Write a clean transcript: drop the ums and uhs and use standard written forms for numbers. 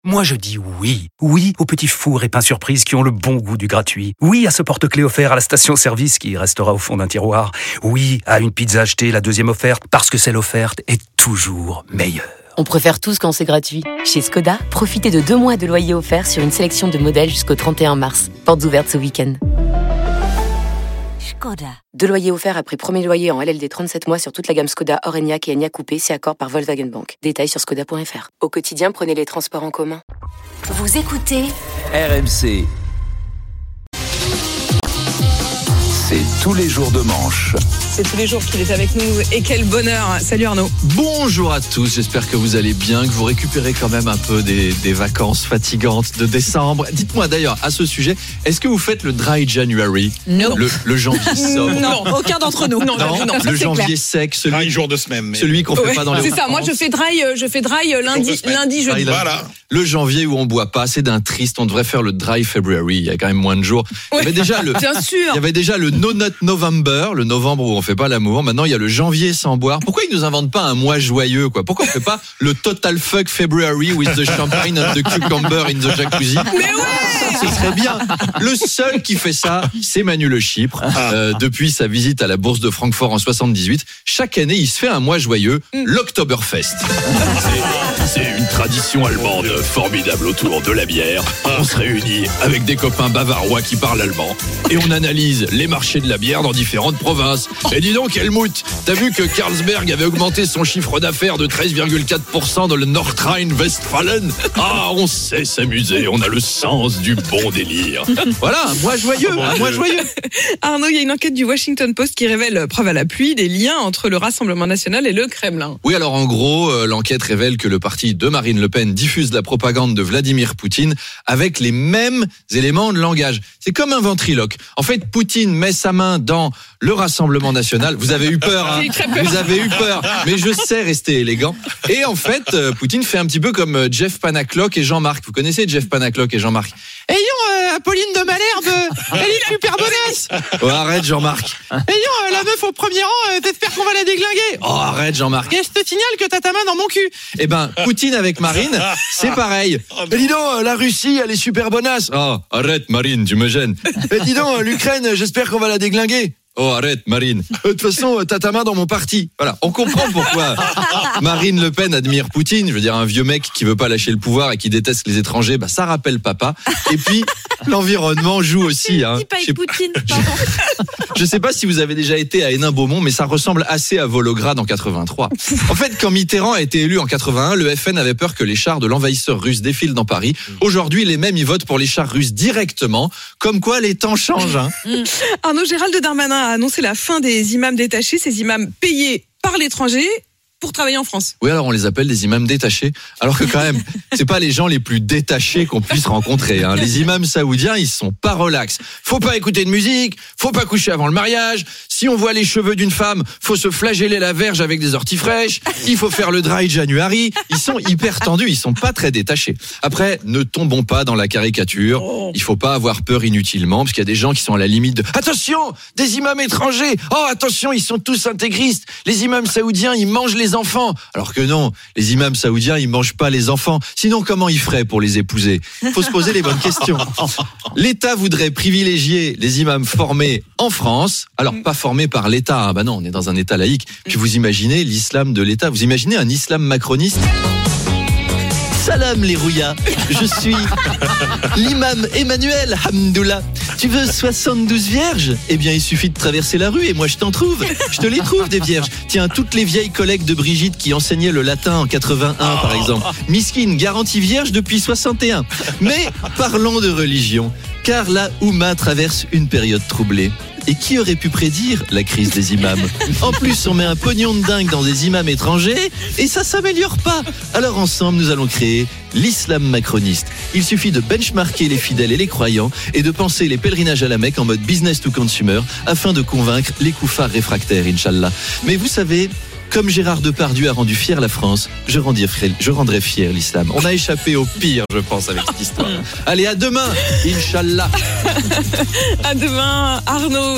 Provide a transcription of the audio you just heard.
Moi je dis oui. Oui aux petits fours et pains surprises qui ont le bon goût du gratuit. Oui à ce porte-clés offert à la station-service qui restera au fond d'un tiroir. Oui à une pizza achetée, la deuxième offerte, parce que celle offerte est toujours meilleure. On préfère tous quand c'est gratuit. Chez Skoda, profitez de 2 mois de loyer offert sur une sélection de modèles jusqu'au 31 mars. Portes ouvertes ce week-end. Skoda. 2 loyers offerts après premier loyer en LLD 37 mois sur toute la gamme Skoda, Orenia et Enyaq Coupé, c'est accord par Volkswagen Bank. Détails sur skoda.fr. Au quotidien, prenez les transports en commun. Vous écoutez RMC. C'est tous les jours de manche. C'est tous les jours qu'il est avec nous et quel bonheur. Salut Arnaud. Bonjour à tous, j'espère que vous allez bien, que vous récupérez quand même un peu des vacances fatigantes de décembre. Dites-moi d'ailleurs à ce sujet, est-ce que vous faites le dry January? Non. Le janvier sobre? Non, aucun d'entre nous. Non, le janvier sec, Dry jour de semaine. Mais... celui qu'on fait pas dans les c'est ça, moi je fais dry lundi, jeudi. Voilà. Le janvier où on boit pas, c'est d'un triste, on devrait faire le dry February, il y a quand même moins de jours. Il y avait déjà Bien sûr. Il y avait déjà le No Nut November, le novembre où on fait pas l'amour. Maintenant, il y a le janvier sans boire. Pourquoi ils nous inventent pas un mois joyeux, quoi? Pourquoi on fait pas le Total Fuck February with the champagne and the cucumber in the jacuzzi? Mais ouais! Ce serait bien. Le seul qui fait ça, c'est Manu Le Chypre. Depuis sa visite à la bourse de Francfort en 78, chaque année, il se fait un mois joyeux, l'Oktoberfest. C'est une tradition allemande formidable autour de la bière. On se réunit avec des copains bavarois qui parlent allemand et on analyse les marchés de la bière dans différentes provinces. Et dis donc, Helmut, t'as vu que Carlsberg avait augmenté son chiffre d'affaires de 13,4% dans le Nordrhein-Westfalen? Ah, on sait s'amuser, on a le sens du bon délire. Voilà, un mois joyeux, un mois joyeux. Arnaud, il y a une enquête du Washington Post qui révèle, preuve à l'appui, des liens entre le Rassemblement National et le Kremlin. Oui, alors en gros, l'enquête révèle que le parti de Marine Le Pen diffuse la propagande de Vladimir Poutine avec les mêmes éléments de langage. C'est comme un ventriloque. En fait, Poutine met sa main dans le Rassemblement National. Vous avez eu peur, hein? J'ai eu très peur. Vous avez eu peur, mais je sais rester élégant. Et en fait, Poutine fait un petit peu comme Jeff Panaclock et Jean-Marc. Vous connaissez Jeff Panaclock et Jean-Marc? Ayons, Apolline de Malherbe, elle est super bonasse. Oh, arrête Jean-Marc. Ayons, la meuf au premier rang, t'espères qu'on va la déglinguer. Oh, arrête Jean-Marc. Et je te signale que t'as ta main dans mon cul. Eh ben, Poutine avec Marine, c'est pareil. Et dis donc, la Russie, elle est super bonasse. Oh, arrête Marine, tu me gênes. Et dis donc, l'Ukraine, j'espère qu'on va la déglinguer. Oh, arrête, Marine. De toute façon, t'as ta main dans mon parti. Voilà. On comprend pourquoi Marine Le Pen admire Poutine. Je veux dire, un vieux mec qui veut pas lâcher le pouvoir et qui déteste les étrangers, bah, ça rappelle papa. Et puis, l'environnement joue aussi, hein. Poutine, pardon. Je sais pas si vous avez déjà été à Hénin-Beaumont, mais ça ressemble assez à Volograd en 83. En fait, quand Mitterrand a été élu en 81, le FN avait peur que les chars de l'envahisseur russe défilent dans Paris. Aujourd'hui, les mêmes, ils votent pour les chars russes directement. Comme quoi, les temps changent, hein. Arnaud, Gérald Darmanin a annoncé la fin des imams détachés, ces imams payés par l'étranger pour travailler en France. Oui, alors on les appelle des imams détachés. Alors que quand même, c'est pas les gens les plus détachés qu'on puisse rencontrer, hein. Les imams saoudiens, ils sont pas relax. Faut pas écouter de musique, faut pas coucher avant le mariage. Si on voit les cheveux d'une femme, faut se flageller la verge avec des orties fraîches. Il faut faire le dry January. Ils sont hyper tendus, ils sont pas très détachés. Après, ne tombons pas dans la caricature. Il faut pas avoir peur inutilement, parce qu'il y a des gens qui sont à la limite de attention, des imams étrangers. Oh, attention, ils sont tous intégristes. Les imams saoudiens, ils mangent les enfants. Alors que non, les imams saoudiens, ils mangent pas les enfants. Sinon, comment ils feraient pour les épouser? Faut se poser les bonnes questions. L'État voudrait privilégier les imams formés en France. Alors, pas formés par l'État. Hein. Bah non, on est dans un État laïque. Puis vous imaginez l'islam de l'État. Vous imaginez un islam macroniste? Salam les rouillas, je suis l'imam Emmanuel, hamdoullah. Tu veux 72 vierges? Eh bien, il suffit de traverser la rue et moi je t'en trouve. Je te les trouve des vierges. Tiens, toutes les vieilles collègues de Brigitte qui enseignaient le latin en 81 par exemple. Miskine, garantie vierge depuis 61. Mais parlons de religion, car la Oumma traverse une période troublée. Et qui aurait pu prédire la crise des imams? En plus, on met un pognon de dingue dans des imams étrangers et ça s'améliore pas. Alors ensemble, nous allons créer l'islam macroniste. Il suffit de benchmarker les fidèles et les croyants et de penser les pèlerinages à la Mecque en mode business to consumer afin de convaincre les koufars réfractaires, Inch'Allah. Mais vous savez, comme Gérard Depardieu a rendu fier la France, je rendrai fier l'islam. On a échappé au pire, je pense, avec cette histoire. Allez, à demain, Inch'Allah. À demain, Arnaud.